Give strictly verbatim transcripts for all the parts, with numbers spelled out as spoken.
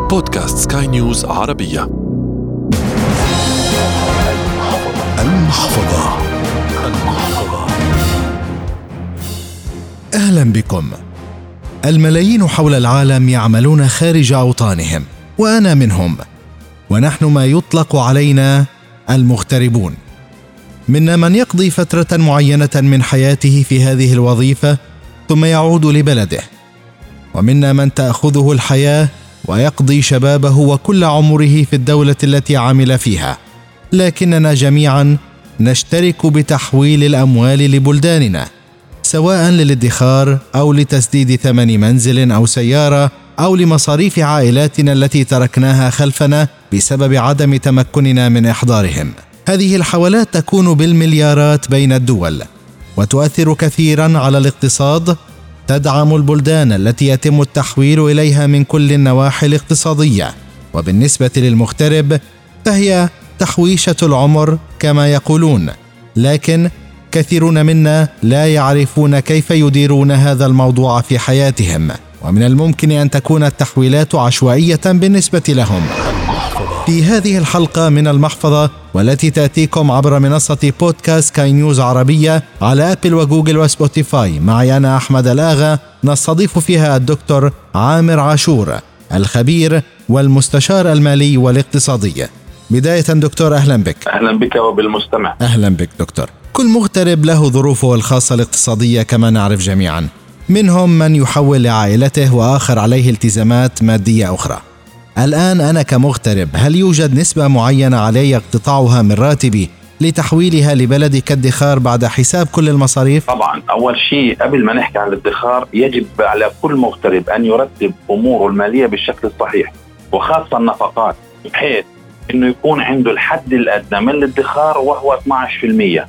بودكاست سكاي نيوز عربية. المحفظة. المحفظة. أهلا بكم. الملايين حول العالم يعملون خارج أوطانهم، وأنا منهم، ونحن ما يطلق علينا المغتربون. منا من يقضي فترة معينة من حياته في هذه الوظيفة ثم يعود لبلده، ومنا من تأخذه الحياة ويقضي شبابه وكل عمره في الدولة التي عمل فيها، لكننا جميعا نشترك بتحويل الأموال لبلداننا، سواء للادخار أو لتسديد ثمن منزل أو سيارة أو لمصاريف عائلاتنا التي تركناها خلفنا بسبب عدم تمكننا من إحضارهم. هذه الحوالات تكون بالمليارات بين الدول، وتؤثر كثيرا على الاقتصاد، تدعم البلدان التي يتم التحويل إليها من كل النواحي الاقتصادية. وبالنسبة للمغترب فهي تحويشة العمر كما يقولون، لكن كثيرون منا لا يعرفون كيف يديرون هذا الموضوع في حياتهم، ومن الممكن أن تكون التحويلات عشوائية بالنسبة لهم. في هذه الحلقة من المحفظة، والتي تأتيكم عبر منصة بودكاست سكاي نيوز عربية على أبل وجوجل وسبوتيفاي، معي أنا أحمد الآغا، نستضيف فيها الدكتور عامر عاشور، الخبير والمستشار المالي والاقتصادي. بداية دكتور، أهلا بك. أهلا بك وبالمستمع. أهلا بك دكتور. كل مغترب له ظروفه الخاصة الاقتصادية كما نعرف جميعا، منهم من يحول لعائلته وآخر عليه التزامات مادية أخرى. الآن أنا كمغترب، هل يوجد نسبة معينة علي اقتطاعها من راتبي لتحويلها لبلدي كادخار بعد حساب كل المصاريف؟ طبعا أول شيء قبل ما نحكي عن الادخار، يجب على كل مغترب أن يرتب أموره المالية بالشكل الصحيح، وخاصة النفقات، بحيث أنه يكون عنده الحد الأدنى من الادخار وهو اثني عشر بالمئة،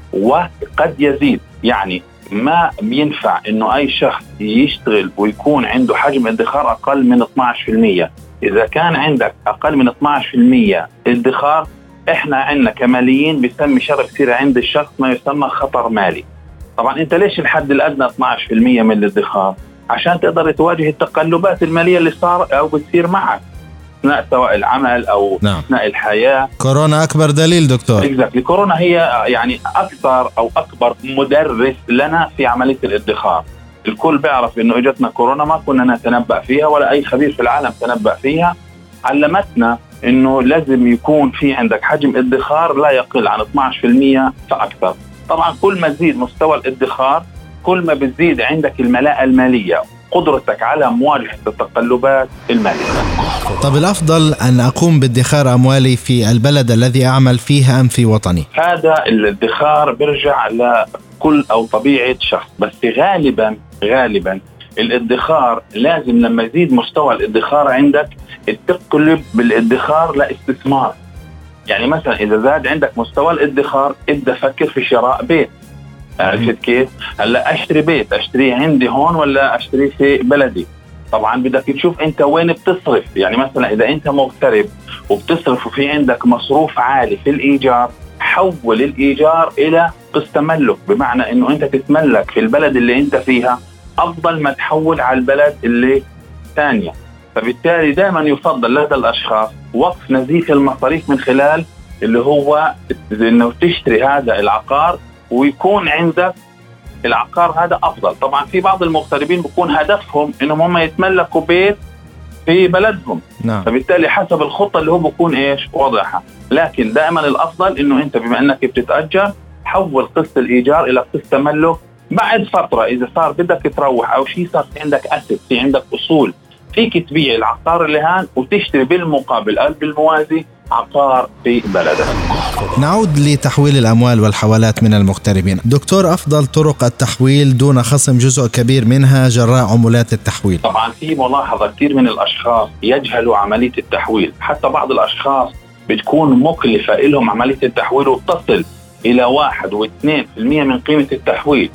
وقد يزيد. يعني ما بينفع أنه أي شخص يشتغل ويكون عنده حجم ادخار أقل من اثني عشر بالمئة. إذا كان عندك أقل من اثني عشر بالمئة ادخار، إحنا عندنا كماليين بيسمي شغلة كثيرة عند الشخص ما يسمى خطر مالي. طبعا أنت ليش الحد الأدنى اثني عشر بالمئة من الادخار؟ عشان تقدر تواجه التقلبات المالية اللي صار أو بتصير معك أثناء سواء العمل أو نعم. أثناء الحياة. كورونا أكبر دليل دكتور. exactly. كورونا هي يعني أكثر أو أكبر مدرس لنا في عملية الادخار. الكل بيعرف إنه إجتنا كورونا، ما كنا نتنبأ فيها ولا أي خبير في العالم تنبأ فيها. علمتنا إنه لازم يكون في عندك حجم ادخار لا يقل عن اثني عشر بالمئة فأكثر. طبعا كل ما تزيد مستوى الادخار، كل ما بتزيد عندك الملاءة المالية، قدرتك على مواجهة التقلبات المالية. طب الأفضل أن أقوم بادخار أموالي في البلد الذي أعمل فيه أم في وطني؟ هذا الادخار برجع لكل أو طبيعة شخص، بس غالبا غالبا الادخار لازم لما يزيد مستوى الادخار عندك تقلب بالادخار لاستثمار. يعني مثلا إذا زاد عندك مستوى الادخار، ابدأ فكر في شراء بيت. عرفت كيف؟ هلا اشتري بيت، اشتريه عندي هون ولا اشتريه في بلدي؟ طبعا بدك تشوف انت وين بتصرف. يعني مثلا اذا انت مغترب وبتصرف وفي عندك مصروف عالي في الايجار، حول الايجار الى قسط تملك، بمعنى انه انت تتملك في البلد اللي انت فيها افضل ما تحول على البلد اللي ثانية. فبالتالي دائما يفضل لدى الاشخاص وقف نزيف المصاريف من خلال اللي هو انه تشتري هذا العقار ويكون عندك العقار هذا أفضل. طبعا في بعض المغتربين بيكون هدفهم إنهم هم يتملكوا بيت في بلدهم. نعم. فبالتالي حسب الخطة اللي هو بيكون إيش واضحة، لكن دائما الأفضل إنه أنت بما أنك بتتأجر، حول قسط الإيجار إلى قسط تملك. بعد فترة إذا صار بدك تروح أو شيء، صار في عندك أسد، في عندك أصول، فيك تبيع العقار اللي هان وتشتري بالمقابل أو بالموازي عقار في بلدك. نعود لتحويل الأموال والحوالات من المغتربين. دكتور، أفضل طرق التحويل دون خصم جزء كبير منها جراء عمولات التحويل؟ طبعا في ملاحظة، كثير من الأشخاص يجهلوا عملية التحويل. حتى بعض الأشخاص بتكون مكلفة لهم عملية التحويل وتصل إلى واحد واثنين في المية من قيمة التحويل.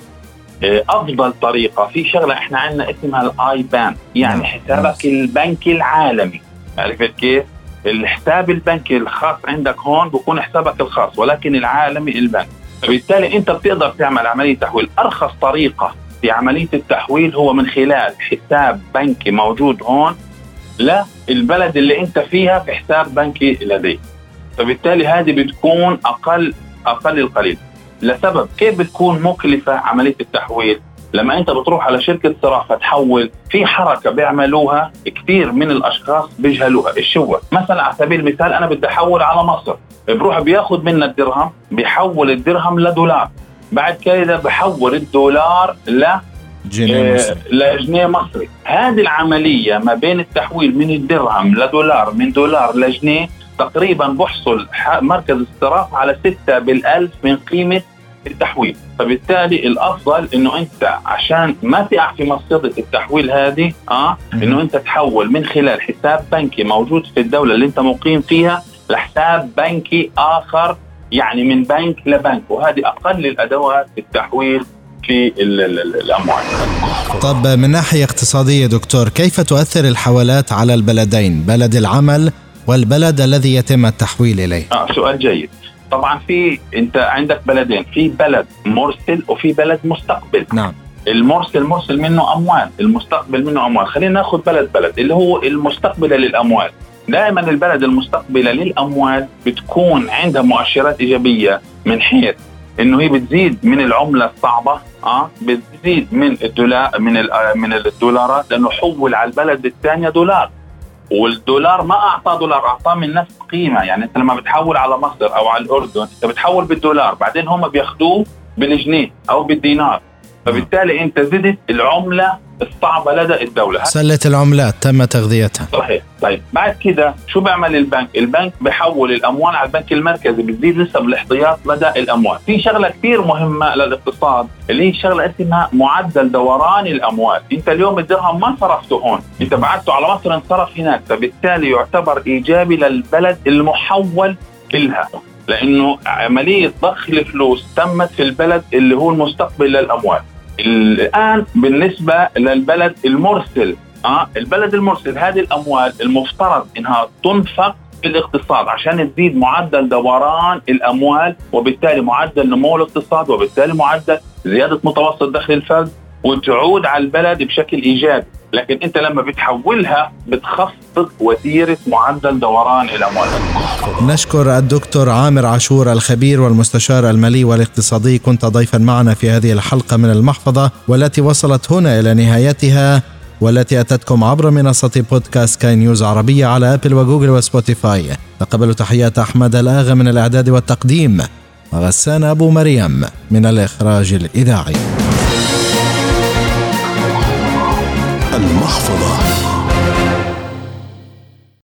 أفضل طريقة في شغلة إحنا عندنا اسمها الآي بان، يعني حسابك البنكي العالمي. عرفت كيف؟ الحساب البنكي الخاص عندك هون بيكون حسابك الخاص، ولكن العالمي البنك. فبالتالي أنت بتقدر تعمل عملية تحويل. أرخص طريقة في عملية التحويل هو من خلال حساب بنكي موجود هون للبلد اللي انت فيها في حساب بنكي لديه. فبالتالي هذه بتكون اقل اقل القليل. لسبب كيف بتكون مكلفة عملية التحويل؟ لما انت بتروح على شركة صرافة تحول، في حركة بيعملوها كثير من الاشخاص بيجهلوها. الشو مثلا على سبيل المثال انا بدي احول على مصر، بروح بياخد منا الدرهم، بيحول الدرهم لدولار، بعد كده بحول الدولار ل جنيه مصري. لجنيه مصري. هذه العملية ما بين التحويل من الدرهم لدولار، من دولار لجنيه، تقريبا بحصل مركز الصرافة على ستة بالألف من قيمة التحويل. فبالتالي الأفضل إنه أنت عشان ما تقع في مصيدة التحويل هذه آه إنه أنت تحول من خلال حساب بنكي موجود في الدولة اللي أنت مقيم فيها لحساب بنكي آخر، يعني من بنك لبنك، وهذه أقل الأدوات التحويل في الأموال. طب من ناحية اقتصادية دكتور، كيف تؤثر الحوالات على البلدين، بلد العمل والبلد الذي يتم التحويل إليه؟ آه سؤال جيد. طبعا في انت عندك بلدين، في بلد مرسل وفي بلد مستقبل. نعم. المرسل مرسل منه اموال، المستقبل منه اموال. خلينا ناخذ بلد بلد اللي هو المستقبله للاموال. دائما البلد المستقبله للاموال بتكون عندها مؤشرات ايجابيه من حيث انه هي بتزيد من العمله الصعبه، اه بتزيد من الدولار من من الدولارات، لانه حول على البلد الثانيه دولار، والدولار ما أعطى دولار، أعطاه من نفس قيمة. يعني أنت لما بتحول على مصر أو على الأردن أنت بتحول بالدولار، بعدين هم بياخدوه بالجنيه أو بالدينار، فبالتالي أنت زدت العملة الصعبة لدى الدولة. سلة العملات تم تغذيتها. صحيح. طيب بعد كده شو بيعمل البنك؟ البنك بيحول الأموال على البنك المركزي، بتزيد نسب الاحتياط لدى الأموال. في شغلة كتير مهمة للاقتصاد اللي هي شغلة اسمها معدل دوران الأموال. أنت اليوم الدرهم ما صرفته هون، أنت بعته على مصر انصرف هناك، فبالتالي يعتبر إيجابي للبلد المحول إلها، لأنه عملية ضخ الفلوس تمت في البلد اللي هو المستقبل للأموال. الآن بالنسبة للبلد المرسل، آه البلد المرسل هذه الأموال المفترض إنها تنفق في الاقتصاد عشان تزيد معدل دوران الأموال، وبالتالي معدل نمو الاقتصاد، وبالتالي معدل زيادة متوسط دخل الفرد، وتعود على البلد بشكل إيجابي. لكن أنت لما بتحولها بتخفض وتيرة معدل دوران الأموال. نشكر الدكتور عامر عاشور الخبير والمستشار المالي والاقتصادي، كنت ضيفا معنا في هذه الحلقة من المحفظة، والتي وصلت هنا إلى نهايتها، والتي أتتكم عبر منصة بودكاست سكاي نيوز عربية على أبل وجوجل وسبوتيفاي. تقبلوا تحيات أحمد الآغا من الإعداد والتقديم، وغسان أبو مريم من الإخراج الإذاعي. المحفظة.